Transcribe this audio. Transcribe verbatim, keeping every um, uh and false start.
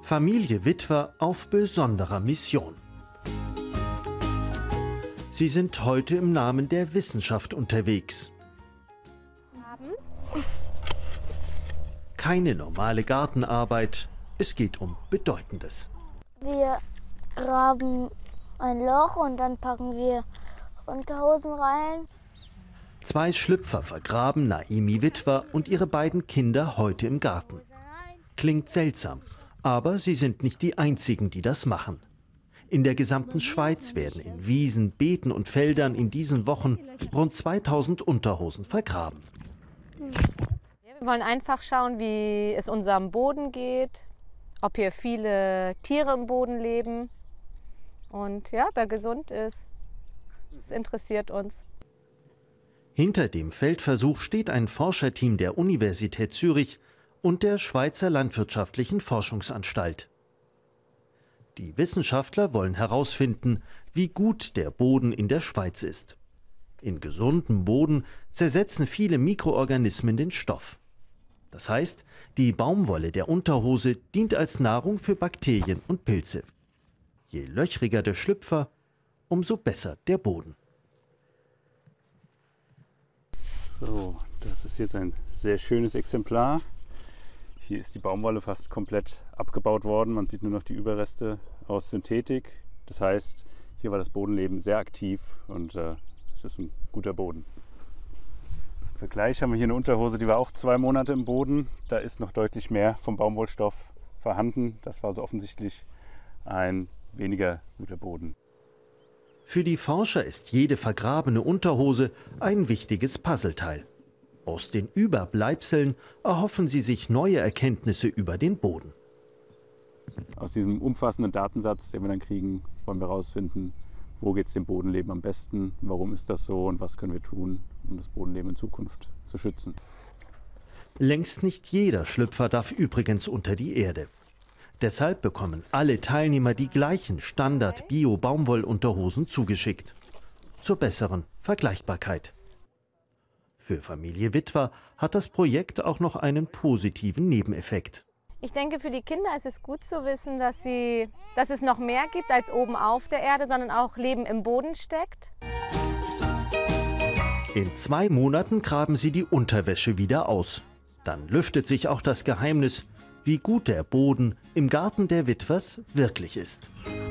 Familie Witwer auf besonderer Mission. Sie sind heute im Namen der Wissenschaft unterwegs. Keine normale Gartenarbeit, es geht um Bedeutendes. Wir graben ein Loch und dann packen wir Unterhosen rein. Zwei Schlüpfer vergraben Naimi Witwer und ihre beiden Kinder heute im Garten. Klingt seltsam, aber sie sind nicht die einzigen, die das machen. In der gesamten Schweiz werden in Wiesen, Beeten und Feldern in diesen Wochen rund zweitausend Unterhosen vergraben. Wir wollen einfach schauen, wie es unserem Boden geht, ob hier viele Tiere im Boden leben und ja, ob er gesund ist. Das interessiert uns. Hinter dem Feldversuch steht ein Forscherteam der Universität Zürich und der Schweizer Landwirtschaftlichen Forschungsanstalt. Die Wissenschaftler wollen herausfinden, wie gut der Boden in der Schweiz ist. In gesundem Boden zersetzen viele Mikroorganismen den Stoff. Das heißt, die Baumwolle der Unterhose dient als Nahrung für Bakterien und Pilze. Je löchriger der Schlüpfer, umso besser der Boden. So, das ist jetzt ein sehr schönes Exemplar. Hier ist die Baumwolle fast komplett abgebaut worden. Man sieht nur noch die Überreste aus Synthetik. Das heißt, hier war das Bodenleben sehr aktiv und äh, es ist ein guter Boden. Zum Vergleich haben wir hier eine Unterhose, die war auch zwei Monate im Boden. Da ist noch deutlich mehr vom Baumwollstoff vorhanden. Das war also offensichtlich ein weniger guter Boden. Für die Forscher ist jede vergrabene Unterhose ein wichtiges Puzzleteil. Aus den Überbleibseln erhoffen sie sich neue Erkenntnisse über den Boden. Aus diesem umfassenden Datensatz, den wir dann kriegen, wollen wir herausfinden, wo geht es dem Bodenleben am besten, warum ist das so und was können wir tun, um das Bodenleben in Zukunft zu schützen. Längst nicht jeder Schlüpfer darf übrigens unter die Erde. Deshalb bekommen alle Teilnehmer die gleichen Standard-Bio-Baumwollunterhosen zugeschickt. Zur besseren Vergleichbarkeit. Für Familie Witwer hat das Projekt auch noch einen positiven Nebeneffekt. Ich denke, für die Kinder ist es gut zu wissen, dass, sie, dass es noch mehr gibt als oben auf der Erde, sondern auch Leben im Boden steckt. In zwei Monaten graben sie die Unterwäsche wieder aus. Dann lüftet sich auch das Geheimnis, wie gut der Boden im Garten der Witwers wirklich ist.